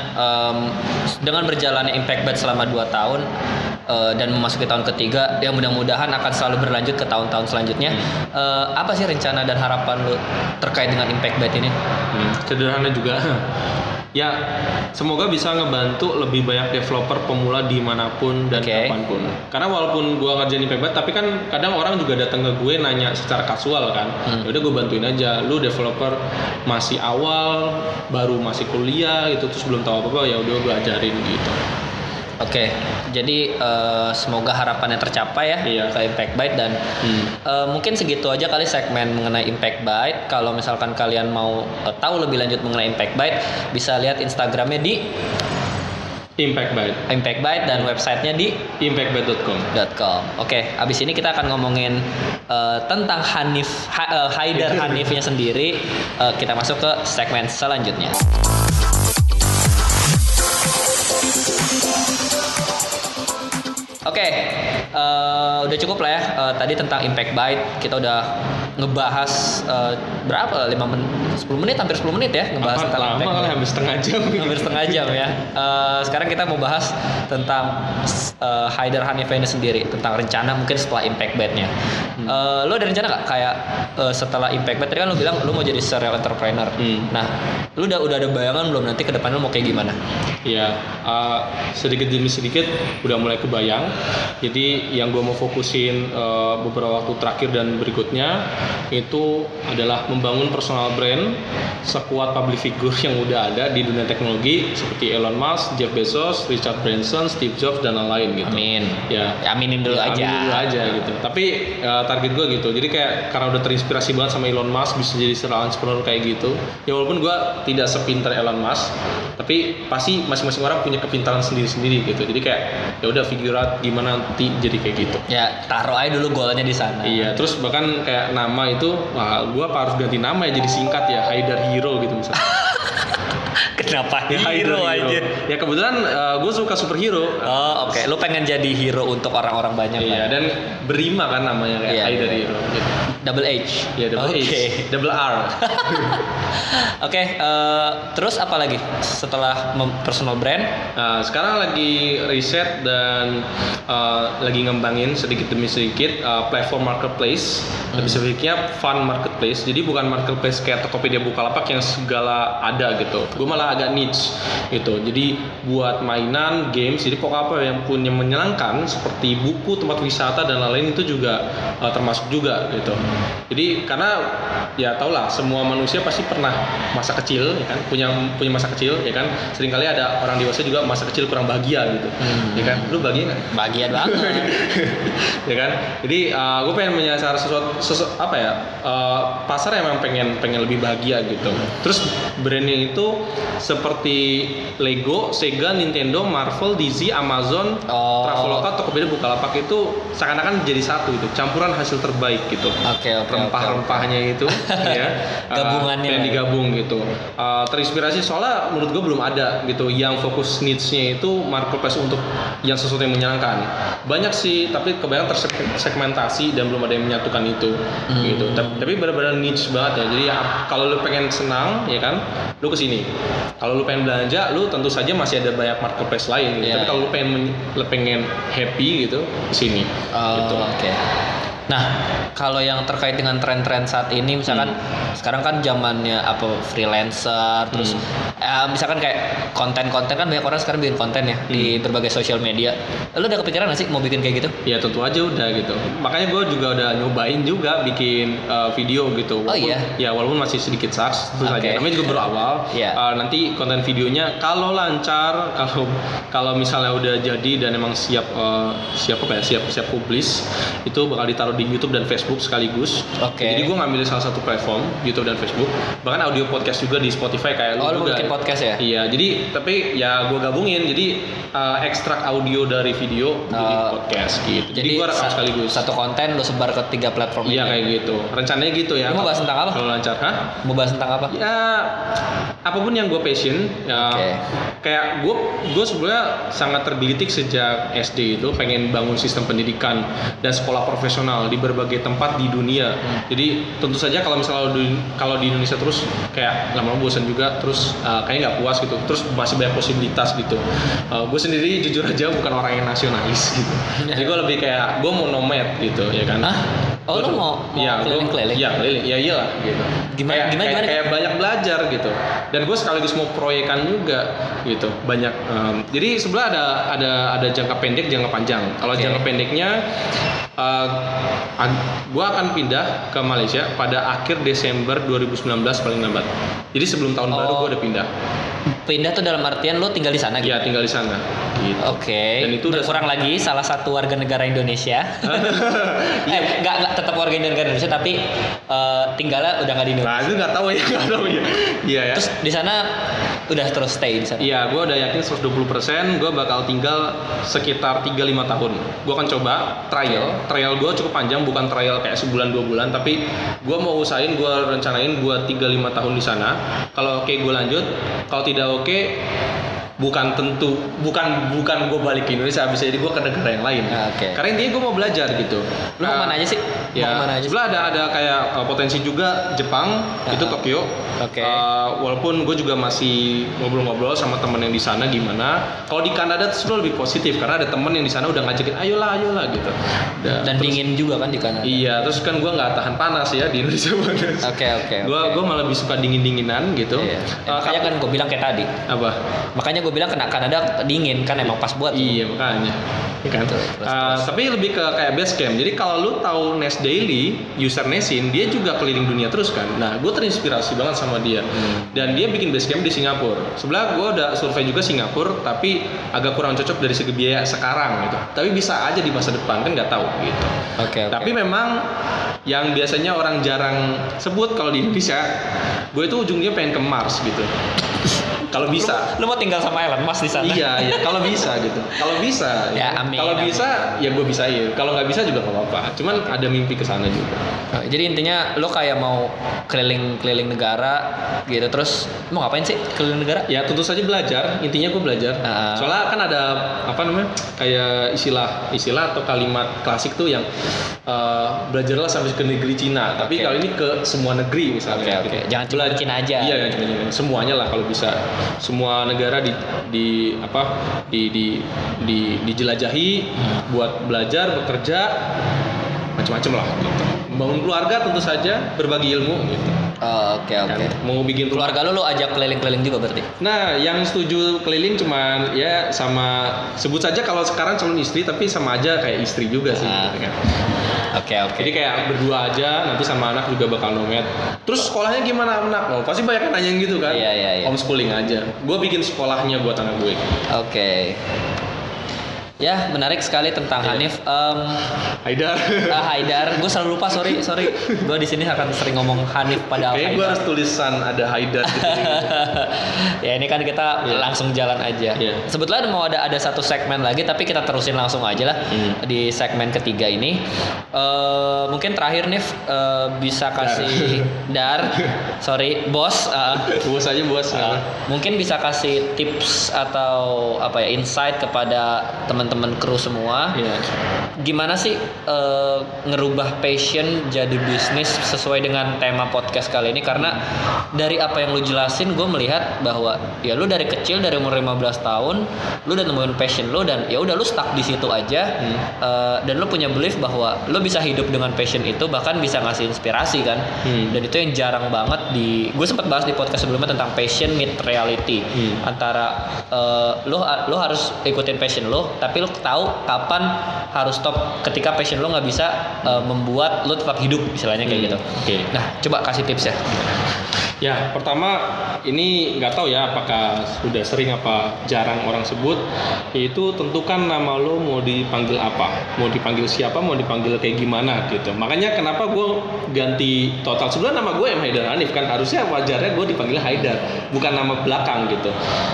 dengan berjalannya Impact Byte selama 2 tahun dan memasuki tahun ketiga yang mudah-mudahan akan selalu berlanjut ke tahun-tahun selanjutnya, apa sih rencana dan harapan lo terkait dengan Impact Byte ini? Sederhana juga. Ya, semoga bisa ngebantu lebih banyak developer pemula dimanapun dan kapanpun. Karena walaupun gue ngerjain Impact Byte, tapi kan kadang orang juga datang ke gue nanya secara kasual kan. Ya udah gue bantuin aja. Lu developer masih awal, baru masih kuliah gitu, terus belum tahu apa-apa, ya udah gue ajarin gitu. Oke, jadi semoga harapannya tercapai ya ke Impact Byte, dan mungkin segitu aja kali segmen mengenai Impact Byte. Kalau misalkan kalian mau tahu lebih lanjut mengenai Impact Byte, bisa lihat Instagramnya di Impact Byte dan websitenya di impactbyte.com. Oke, abis ini kita akan ngomongin tentang Haidar Hanifnya sendiri. Kita masuk ke segmen selanjutnya. Oke, udah cukup lah ya. Tadi tentang Impact Byte kita udah ngebahas berapa? 10 menit, hampir 10 menit ya ngebahas tentang Impact Byte. Hampir setengah jam ya. Sekarang kita mau bahas tentang Haidar Hanif ini sendiri, tentang rencana mungkin setelah Impact Byte-nya. Lo ada rencana nggak kayak setelah Impact Byte? Tadi kan lo bilang lo mau jadi serial entrepreneur. Nah, lo udah ada bayangan belum nanti ke depan lo mau kayak gimana? Iya, sedikit demi sedikit udah mulai kebayang. Jadi yang gue mau fokusin beberapa waktu terakhir dan berikutnya itu adalah membangun personal brand sekuat public figure yang udah ada di dunia teknologi seperti Elon Musk, Jeff Bezos, Richard Branson, Steve Jobs dan lain-lain gitu. Amin. Ya, aminin dulu aja. Aminin dulu aja gitu. Tapi target gue gitu. Jadi kayak karena udah terinspirasi banget sama Elon Musk bisa jadi serial entrepreneur kayak gitu. Ya walaupun gue tidak sepintar Elon Musk, tapi pasti masing-masing orang punya kepintaran sendiri-sendiri gitu. Jadi kayak ya udah figure out gimana nanti jadi kayak gitu. Ya taruh aja dulu goalnya di sana. Iya, terus bahkan kayak nama itu, gue harus ganti nama ya jadi singkat ya, Haidar Hero gitu misalnya. Kenapa hero aja? Ya kebetulan gue suka superhero. Oh oke. Lu pengen jadi hero untuk orang-orang banyak. Iya, dan berima kan namanya kayak Haidar Hero gitu. Double H. Iya, double H. Double R. Oke, terus apa lagi setelah personal brand? Sekarang lagi riset dan lagi ngembangin sedikit demi sedikit platform marketplace, lebih spesifiknya fun marketplace. Jadi bukan marketplace kayak Tokopedia, Bukalapak yang segala ada gitu. Gue malah agak niche gitu. Jadi buat mainan, games, jadi pokoknya apa yang punya menyenangkan seperti buku, tempat wisata dan lain-lain itu juga termasuk juga gitu. Jadi karena ya tau lah, semua manusia pasti pernah masa kecil ya kan, punya masa kecil ya kan. Seringkali ada orang dewasa juga masa kecil kurang bahagia gitu. Ya kan, lu bahagia nggak? Bahagia banget. Ya kan. Jadi gue pengen menyasar sesuatu apa ya, pasar yang memang pengen lebih bahagia gitu. Terus brandnya itu seperti Lego, Sega, Nintendo, Marvel, DC, Amazon, Traveloka, Tokopedia, Bukalapak itu seakan-akan jadi satu gitu, campuran hasil terbaik gitu. rempah-rempahnya itu ya Gabungannya yang lah ya. digabung gitu. Terinspirasi soalnya menurut gue belum ada gitu yang fokus niche-nya itu marketplace untuk yang sesuatu yang menyenangkan. Banyak sih tapi kebanyakan tersegmentasi dan belum ada yang menyatukan itu gitu. Tapi benar-benar niche banget ya. Jadi ya, kalau lu pengen senang ya kan, lu kesini. Kalau lu pengen belanja, lu tentu saja masih ada banyak marketplace lain gitu. Iya, Tapi kalau lu pengen happy gitu, kesini. Gitu. Oke. Nah, kalau yang terkait dengan tren-tren saat ini, misalkan sekarang kan zamannya apa freelancer, terus misalkan kayak konten-konten kan banyak orang sekarang bikin konten ya di berbagai sosial media. Lu udah kepikiran nggak sih mau bikin kayak gitu? Ya tentu aja udah gitu. Makanya gue juga udah nyobain juga bikin video gitu. Oh iya? Ya walaupun masih sedikit SARS, tentu saja. Namanya juga baru awal. Iya. Nanti konten videonya kalau lancar, kalau misalnya udah jadi dan emang siap publish, itu bakal ditaruh di YouTube dan Facebook sekaligus. Oke. Jadi gue ngambil salah satu platform YouTube dan Facebook. Bahkan audio podcast juga di Spotify kayak lu Oh, lu juga. bikin podcast ya? Iya. Jadi tapi ya gue gabungin. Jadi ekstrak audio dari video jadi podcast gitu. Jadi gue rekam sekaligus. Satu konten lu sebar ke 3 platform Iya ini. kayak gitu. Rencananya gitu ya. Lu mau bahas tentang apa? Kalau lancar, Mau bahas tentang apa? Ya apapun yang gue passion. Ya, Oke. Kayak gue sebenarnya sangat tergelitik sejak SD itu pengen bangun sistem pendidikan dan sekolah profesional di berbagai tempat di dunia. Jadi tentu saja kalau misalnya kalau di Indonesia terus kayak lama-lama bosan juga, terus kayaknya nggak puas gitu. Terus masih banyak posibilitas gitu. Gue sendiri jujur aja bukan orang yang nasionalis gitu. Jadi gue lebih kayak gue mau nomad gitu ya kan. Hah? Oh, lu mau Iya, keliling-keliling? Iya keliling. Ya iyalah gitu. Gimana? Kayak banyak belajar gitu. Dan gue sekaligus mau proyekan juga gitu. Banyak. Jadi sebenarnya ada jangka pendek, jangka panjang. Kalau jangka pendeknya gue akan pindah ke Malaysia pada akhir Desember 2019 paling lambat. Jadi sebelum tahun baru gue udah pindah. Pindah tuh dalam artian lo tinggal di sana gitu? Iya tinggal di sana. Gitu. Oke. Dan itu udah kurang lagi salah satu warga negara Indonesia. Nggak tetap warga negara Indonesia tapi tinggalnya udah nggak di Indonesia. Nah itu nggak tahu ya. Iya ya. Terus di sana udah terus stay di sana. Iya, gue udah yakin 120% gue bakal tinggal sekitar 3-5 tahun. Gue akan coba trial gue cukup panjang, bukan trial kayak sebulan 2 bulan, tapi gue mau usahain, gue rencanain gue 3-5 tahun di sana. Kalau oke gue lanjut, kalau tidak oke bukan gue balik ke Indonesia, bisa jadi gue ke negara yang lain. Karena intinya gue mau belajar gitu. Lu mau mana aja sih? Ya, mau mana aja? sebelah ada kayak potensi juga Jepang, itu Tokyo. Oke. Walaupun gue juga masih ngobrol-ngobrol sama temen yang di sana gimana. Kalau di Kanada tuh sebenarnya lebih positif karena ada temen yang di sana udah ngajakin ayolah gitu. Dan terus, dingin juga kan di Kanada. Iya, terus kan gue nggak tahan panas ya di Indonesia panas. Oke. Gue malah lebih suka dingin-dinginan gitu. Iya. Makanya kan gue bilang kayak tadi. Apa? Makanya gue bilang kena Kanada dingin kan emang pas buat. Iya makanya. Ya kan? Tapi lebih ke kayak base camp. Jadi kalau lu tahu Nest Daily, user Nessin, dia juga keliling dunia terus kan. Nah, gue terinspirasi banget sama dia. Dan dia bikin base camp di Singapura. Sebelah gue udah survei juga Singapura, tapi agak kurang cocok dari segi biaya sekarang gitu. Tapi bisa aja di masa depan kan nggak tahu gitu. Oke. Tapi memang yang biasanya orang jarang sebut kalau di Indonesia, gue itu ujungnya pengen ke Mars gitu. Kalau bisa. Lu mau tinggal sama Elon Musk di sana? Iya, kalau bisa gitu. Kalau bisa. Ya, amin. Kalau bisa, ya gue bisain. Kalau nggak bisa juga nggak apa-apa. Cuman ada mimpi ke sana juga. Jadi intinya lo kayak mau keliling negara gitu, terus mau ngapain sih keliling negara? Ya tentu saja belajar. Intinya gue belajar. Soalnya kan ada apa namanya? Kayak istilah atau kalimat klasik tuh yang belajarlah sampai ke negeri Cina. Tapi kalau ini ke semua negeri misalnya. Oke. Jangan cuma Cina aja. Iya, jangan cuma Cina. Semuanya lah kalau bisa. Semua negara dijelajahi buat belajar, bekerja, macam-macam lah gitu. Membangun keluarga tentu saja, berbagi ilmu gitu. Oke. Mau bikin keluarga lo ajak keliling-keliling juga berarti? Nah, yang setuju keliling cuman ya sama sebut saja kalau sekarang calon istri, tapi sama aja kayak istri juga sih. Gitu kan. Oke. Jadi kayak berdua aja, nanti sama anak juga bakal nomad. Terus sekolahnya gimana anak? Oh, pasti banyak yang nanya gitu kan. Iya. Homeschooling aja. Gue bikin sekolahnya buat anak gue. Oke. Ya, menarik sekali tentang Hanif. Haidar. Haidar, gue selalu lupa, sorry. Gue di sini akan sering ngomong Hanif pada Kayaknya gue Haidar. harus tulisan ada Haidar gitu. Ya ini kan kita langsung jalan aja. Iya. Sebetulnya mau ada satu segmen lagi, tapi kita terusin langsung aja lah di segmen ketiga ini. Mungkin terakhir nih bisa kasih bos. Bos aja bos. Mungkin bisa kasih tips atau apa ya, insight kepada teman-teman kru semua. Iya. Gimana sih ngerubah passion jadi bisnis sesuai dengan tema podcast kali ini? Karena dari apa yang lu jelasin, gue melihat bahwa ya lu dari kecil, dari umur 15 tahun lu udah nemuin passion lu, dan ya udah lu stuck di situ aja. Dan lu punya belief bahwa lu bisa hidup dengan passion itu, bahkan bisa ngasih inspirasi kan. Dan itu yang jarang banget gue sempat bahas di podcast sebelumnya tentang passion meet reality. Antara lu harus ikutin passion lu, tapi lu tahu kapan harus stop ketika passion lu nggak bisa membuat lu tetap hidup, istilahnya kayak gitu. Okay. Nah, coba kasih tips ya. Ya, pertama ini nggak tahu ya apakah sudah sering apa jarang orang sebut, yaitu tentukan nama lo mau dipanggil apa, mau dipanggil siapa, mau dipanggil kayak gimana gitu. Makanya kenapa gue ganti total. Sebenarnya nama gue M. Haidar Hanif kan, harusnya wajarnya gue dipanggil Haidar, bukan nama belakang gitu.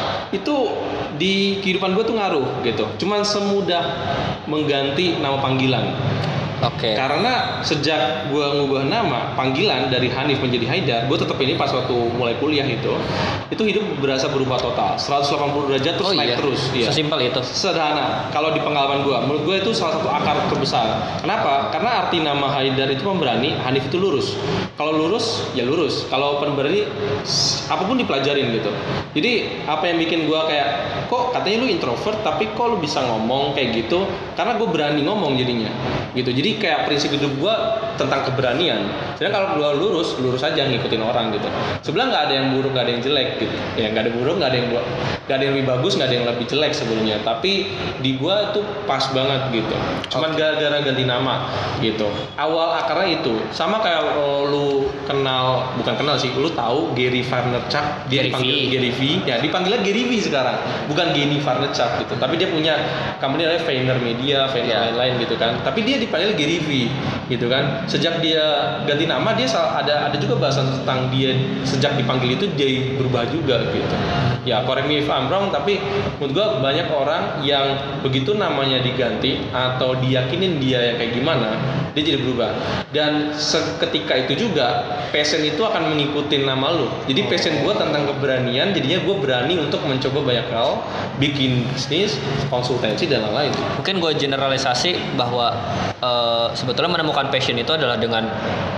Itu di kehidupan gue tuh ngaruh gitu. Cuman semudah mengganti nama panggilan. Oke. Karena sejak gue ngubah nama panggilan dari Hanif menjadi Haidar, gue tetap ini pas waktu mulai kuliah itu hidup berasa berubah total 180 derajat terus naik terus. Iya. Sesimpel itu. Sederhana. Kalau di pengalaman gue, menurut gue itu salah satu akar terbesar. Kenapa? Karena arti nama Haidar itu pemberani, Hanif itu lurus. Kalau lurus ya lurus. Kalau pemberani apapun dipelajarin gitu. Jadi apa yang bikin gue kayak, kok katanya lu introvert tapi kok lu bisa ngomong kayak gitu? Karena gue berani ngomong jadinya gitu. Jadi kayak prinsip hidup gue tentang keberanian. Sedangkan kalau gue lurus aja ngikutin orang gitu. Sebenarnya nggak ada yang buruk, nggak ada yang jelek gitu. Ya nggak ada buruk, nggak ada yang lebih bagus, nggak ada yang lebih jelek sebenarnya. Tapi di gue itu pas banget gitu. Cuman gara-gara ganti nama gitu. Awal akarnya itu sama kayak lu bukan kenal sih. Lu tahu Gary Vaynerchuk? Dia dipanggil Gary V. Ya dipanggilnya Gary V sekarang. Bukan Gary Vaynerchuk gitu. Tapi dia punya company namanya Vayner Media, Vayner lain-lain gitu kan. Tapi dia dipanggil Gary V gitu kan. Sejak dia ganti nama, dia ada juga bahasan tentang dia sejak dipanggil itu dia berubah juga gitu. Ya correct me if I'm wrong, tapi menurut gue banyak orang yang begitu namanya diganti atau diyakinin dia yang kayak gimana, dia jadi berubah. Dan seketika itu juga passion itu akan mengikuti nama lu. Jadi passion gue tentang keberanian, jadinya gue berani untuk mencoba banyak hal, bikin bisnis, konsultasi dan lain-lain. Mungkin gue generalisasi bahwa sebetulnya menemukan passion itu adalah dengan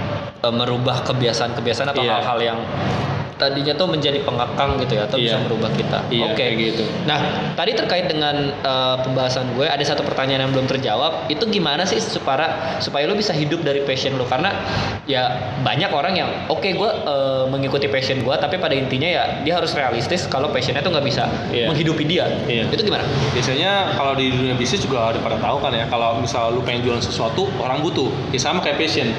merubah kebiasaan-kebiasaan atau hal-hal yang tadinya tuh menjadi pengekang gitu ya, atau bisa merubah kita. Oke. Gitu. Nah, tadi terkait dengan pembahasan gue, ada satu pertanyaan yang belum terjawab. Itu gimana sih supaya lo bisa hidup dari passion lo? Karena ya banyak orang yang gue mengikuti passion gue, tapi pada intinya ya dia harus realistis kalau passionnya tuh nggak bisa menghidupi dia. Itu gimana? Biasanya kalau di dunia bisnis juga ada pada tahu kan ya, kalau misal lu pengen jualan sesuatu, orang butuh. Ya sama kayak passion.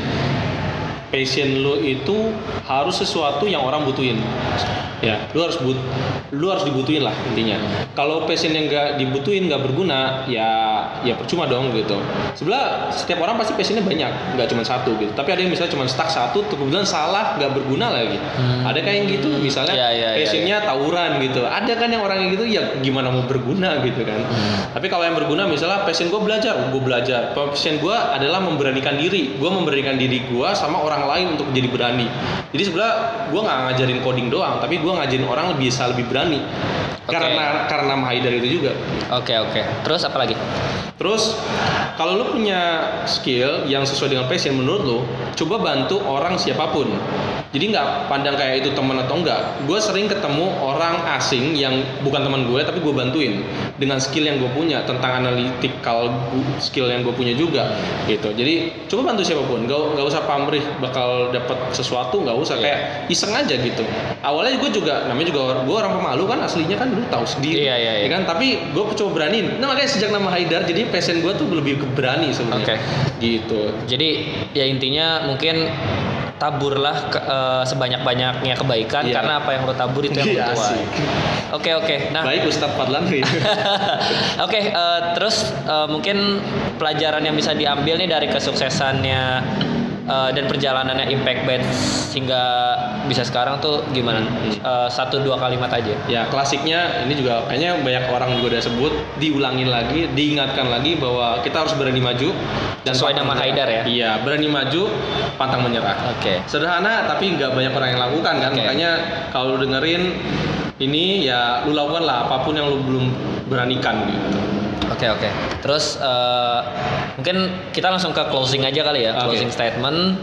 Passion lo itu harus sesuatu yang orang butuhin. Ya, lu harus dibutuhin lah intinya. Kalau passion yang nggak dibutuhin, nggak berguna, ya percuma dong gitu. Sebelah setiap orang pasti passionnya banyak, nggak cuma satu gitu. Tapi ada yang misalnya cuma stuck satu, kemudian salah, nggak berguna lagi. Ada kayak yang gitu, misalnya passionnya tawuran gitu. Ada kan yang orang yang gitu, ya gimana mau berguna gitu kan. Tapi kalau yang berguna, misalnya passion gue belajar. Passion gue adalah memberanikan diri. Gue memberanikan diri gue sama orang lain untuk jadi berani. Jadi sebenarnya gue nggak ngajarin coding doang, tapi gue ngajarin orang bisa lebih berani. Karena nama Haidar itu juga. Oke. Terus apa lagi? Terus kalau lu punya skill yang sesuai dengan passion menurut lu, coba bantu orang siapapun. Jadi nggak pandang kayak itu teman atau enggak. Gue sering ketemu orang asing yang bukan teman gue, tapi gue bantuin dengan skill yang gue punya tentang analytical skill yang gue punya juga gitu. Jadi coba bantu siapapun. Nggak usah pamrih bakal dapat sesuatu, nggak usah kayak iseng aja gitu. Awalnya gue juga namanya juga gue orang pemalu kan, aslinya kan lu tahu sendiri. Iya. Ya kan, tapi gue coba beraniin. Nah makanya sejak nama Haidar, jadi passion gue tuh lebih berani sebenarnya. Gitu. Jadi ya intinya mungkin taburlah sebanyak-banyaknya kebaikan, Iya. karena apa yang lo tabur itu yang Iya, menuai. asik. Oke. Nah, Baik Ustadz Fadlan. oke, terus mungkin pelajaran yang bisa diambil nih dari kesuksesannya dan perjalanannya Impact Bite hingga bisa sekarang tuh gimana? 1-2 kalimat aja. Ya klasiknya ini juga kayaknya banyak orang juga udah sebut, diulangin lagi, diingatkan lagi bahwa kita harus berani maju dan Sesuai pantang nama menyerah. Haidar ya? Iya, berani maju, pantang menyerah. Oke. Sederhana tapi nggak banyak orang yang lakukan kan. Oke. Makanya kalau lu dengerin ini ya lu lakukan lah apapun yang lu belum beranikan gitu. Oke. Terus mungkin kita langsung ke closing aja kali ya, Oke. closing statement.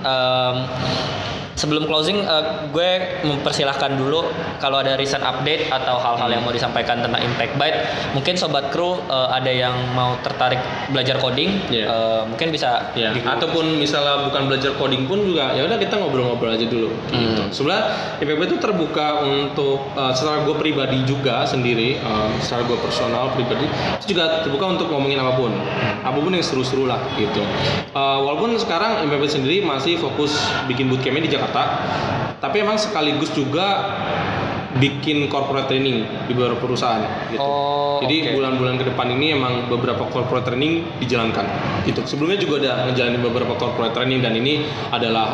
Sebelum closing, gue mempersilahkan dulu kalau ada recent update atau hal-hal yang mau disampaikan tentang Impact Bite. Mungkin sobat kru ada yang mau tertarik belajar coding, Iya. mungkin bisa. Ya, ataupun misalnya bukan belajar coding pun juga ya udah kita ngobrol-ngobrol aja dulu. Gitu. Sebenarnya IPB itu terbuka untuk secara gue pribadi juga sendiri, secara gue personal pribadi itu juga terbuka untuk ngomongin apapun yang seru-seru lah gitu. Walaupun sekarang IPB sendiri masih fokus bikin bootcampnya di Jakarta, tapi emang sekaligus juga bikin corporate training di beberapa perusahaan gitu. Oh, Jadi oke. bulan-bulan ke depan ini emang beberapa corporate training dijalankan gitu. Sebelumnya juga udah ngejalanin beberapa corporate training dan ini adalah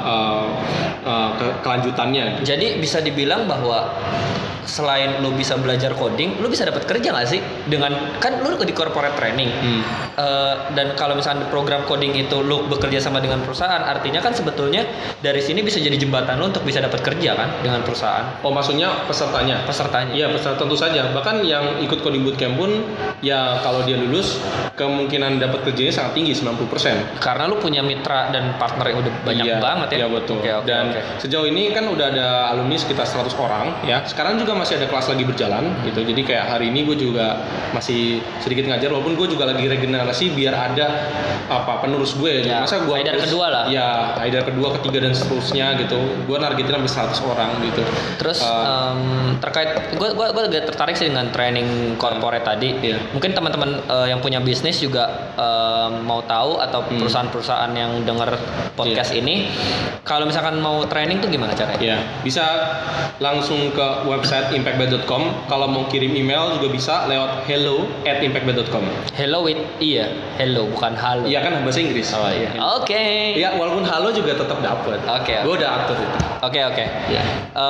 kelanjutannya. Jadi bisa dibilang bahwa selain lo bisa belajar coding, lo bisa dapat kerja nggak sih? Dengan kan lo di corporate training. Dan kalau misalnya program coding itu lo bekerja sama dengan perusahaan, artinya kan sebetulnya dari sini bisa jadi jembatan lo untuk bisa dapat kerja kan dengan perusahaan. Oh maksudnya pesertanya? Pesertanya. Iya peserta tentu saja. Bahkan yang ikut coding bootcamp pun ya kalau dia lulus kemungkinan dapat kerjanya sangat tinggi 90%. Karena lo punya mitra dan partner yang udah banyak Iya, banget ya. Iya betul. Oke. Dan sejauh ini kan udah ada alumni sekitar 100 orang ya. Sekarang juga masih ada kelas lagi berjalan gitu. Jadi kayak hari ini gue juga masih sedikit ngajar walaupun gue juga lagi regenerasi biar ada penerus gue. Ya, Masa gue Haidar kedua lah. Ya, Haidar kedua, ketiga dan seterusnya gitu. Gue nargetin sampai 100 orang gitu. Terus terkait gue agak tertarik sih dengan training corporate tadi. Iya. Mungkin teman-teman yang punya bisnis juga mau tahu atau perusahaan-perusahaan yang dengar podcast ini, kalau misalkan mau training tuh gimana caranya? Ya, bisa langsung ke website impactbite.com. Kalau mau kirim email juga bisa lewat hello@impactbite.com. Hello with hello bukan halo. Iya kan bahasa Inggris. Oh iya. Oke. Ya walaupun halo juga tetap dapat. Oke. Gue udah atur itu. Oke. Ya.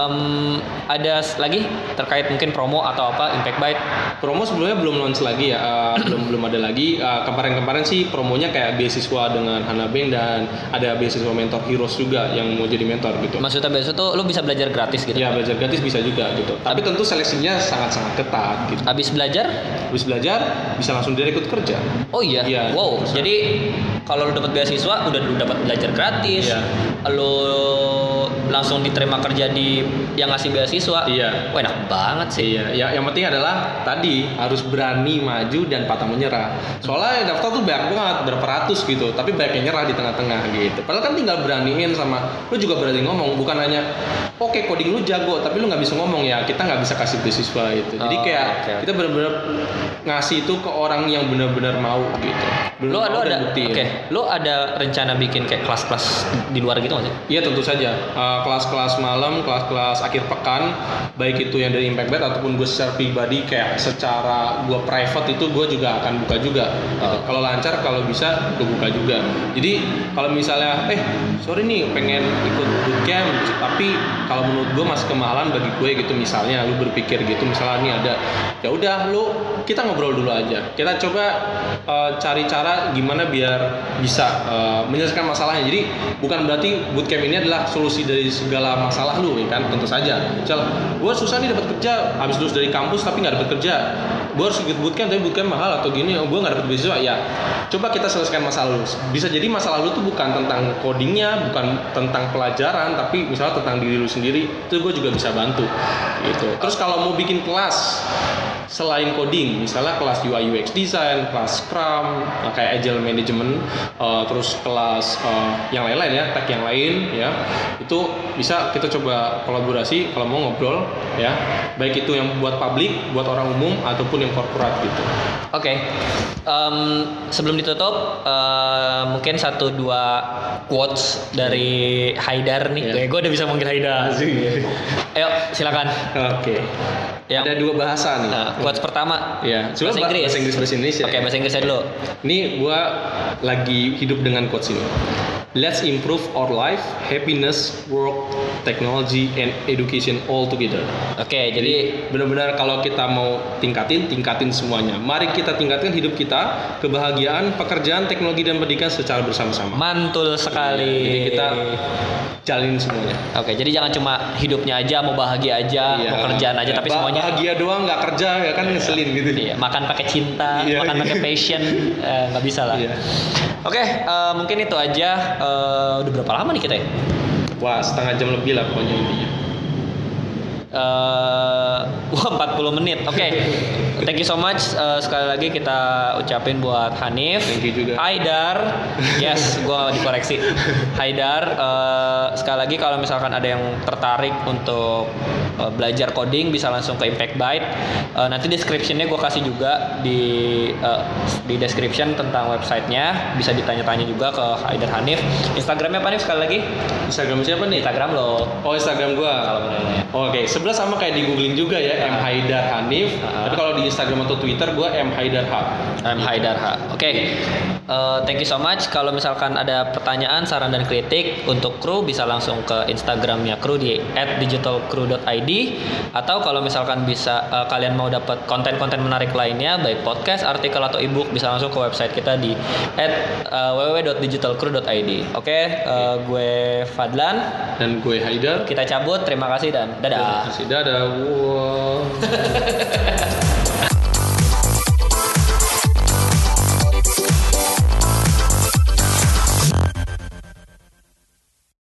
Ada lagi terkait mungkin promo atau apa Impact Bite? Promo sebelumnya belum launch lagi ya, belum ada lagi. Kemarin sih promonya kayak beasiswa dengan Hana Bank dan ada beasiswa mentor Heroes juga yang mau jadi mentor gitu. Maksudnya biasa tuh lu bisa belajar gratis gitu. Ya belajar gratis bisa juga gitu. Tapi tentu seleksinya sangat-sangat ketat gitu. Habis belajar? Habis belajar bisa langsung direkrut kerja. Oh iya. Iya, Wow. bisa. Jadi kalau lu dapat beasiswa udah lu dapat belajar gratis. Iya. Lu langsung diterima kerja di yang ngasih beasiswa. Iya. Wah, enak banget sih. Iya, ya, yang penting adalah tadi harus berani maju dan pantang menyerah. Soalnya yang daftar tuh banyak banget, berapa ratus gitu, tapi banyak yang nyerah di tengah-tengah gitu. Padahal kan tinggal beraniin sama lu juga berani ngomong, bukan hanya oke coding lu jago, tapi lu nggak bisa ngomong ya kita nggak bisa kasih beasiswa itu. Jadi Oh, kayak oke. kita benar-benar ngasih itu ke orang yang benar-benar mau gitu. Lu Benar-benar mau ada dan buktiin. oke, lu ada rencana bikin kayak kelas-kelas di luar gitu nggak sih? Iya tentu saja. Kelas-kelas malam, kelas-kelas akhir pekan, baik itu yang dari Impact Bite ataupun gue secara pribadi kayak secara gue private itu gue juga akan buka juga. Gitu. Oh. Kalau lancar, kalau bisa gue buka juga. Jadi kalau misalnya, sorry nih pengen ikut bootcamp, tapi kalau menurut gue masih kemahalan bagi gue gitu. Misalnya lu berpikir gitu, misalnya ini ada, ya udah lu kita ngobrol dulu aja. Kita coba cari cara gimana biar bisa menyelesaikan masalahnya. Jadi bukan berarti bootcamp ini adalah solusi dari segala masalah lu ya kan, tentu saja. Misal gue susah nih dapat kerja habis lulus dari kampus tapi nggak dapat kerja, gue harus ikut bootcamp tapi bootcamp mahal atau gini, gue nggak dapat beasiswa. Ya coba kita selesaikan masalah lu. Bisa jadi masalah lu tuh bukan tentang codingnya, bukan tentang pelajaran, tapi misalnya tentang diri lu sendiri, itu gue juga bisa bantu gitu. Terus kalau mau bikin kelas selain coding, misalnya kelas UI UX design, kelas Scrum, kayak Agile Management, terus kelas yang lain-lain ya, tech yang lain ya, itu bisa kita coba kolaborasi kalau mau ngobrol ya, baik itu yang buat publik, buat orang umum ataupun ataupun yang korporat gitu. Oke. Sebelum ditutup, mungkin 1-2 quotes dari Haidar nih. Gue udah bisa manggil Haidar. Ayo, silakan. Oke. Ada 2 bahasa nih. Quotes pertama. Ya, bahasa Inggris. Bahasa Indonesia. Oke, bahasa Inggrisnya dulu. Ini gua lagi hidup dengan quotes ini. Let's improve our life, happiness, work, technology, and education all together. Oke, jadi benar-benar kalau kita mau tingkatin semuanya. Mari kita tingkatkan hidup kita, kebahagiaan, pekerjaan, teknologi, dan pendidikan secara bersama-sama. Mantul sekali. Jadi kita jalin semuanya. Oke, jadi jangan cuma hidupnya aja, mau bahagia aja, mau kerjaan aja, tapi semuanya bahagia doang, nggak kerja ya kan ngeselin gitu. Iya, makan pakai cinta, makan pakai passion, nggak bisa lah. Iya. Oke, mungkin itu aja. Udah berapa lama nih kita ya? Wah, setengah jam lebih lah pokoknya intinya. 40 menit. Oke. Thank you so much. Sekali lagi kita ucapin buat Hanif. Thank you juga. Haidar. Yes, gua dikoreksi. Haidar, sekali lagi kalau misalkan ada yang tertarik untuk belajar coding bisa langsung ke Impact Byte. Nanti description-nya gue kasih juga di description tentang websitenya. Bisa ditanya-tanya juga ke Haidar Hanif. Instagramnya apa nih sekali lagi? Instagram siapa nih? Instagram lo. Oh, Instagram gua. Kalau menanya. Oke, sebelah sama kayak di googling juga ya, M Haidar Hanif. Tapi kalau di Instagram atau Twitter gue M Haidar H. M Haidar H. Oke. Thank you so much. Kalau misalkan ada pertanyaan, saran dan kritik untuk kru bisa langsung ke Instagramnya kru di @digitalcrew.id, atau kalau misalkan bisa kalian mau dapat konten-konten menarik lainnya baik podcast, artikel atau ebook bisa langsung ke website kita di www.digitalcrew.id. Oke, gue Fadlan dan gue Haidar. Kita cabut. Terima kasih dan dadah. Dadah. Wow.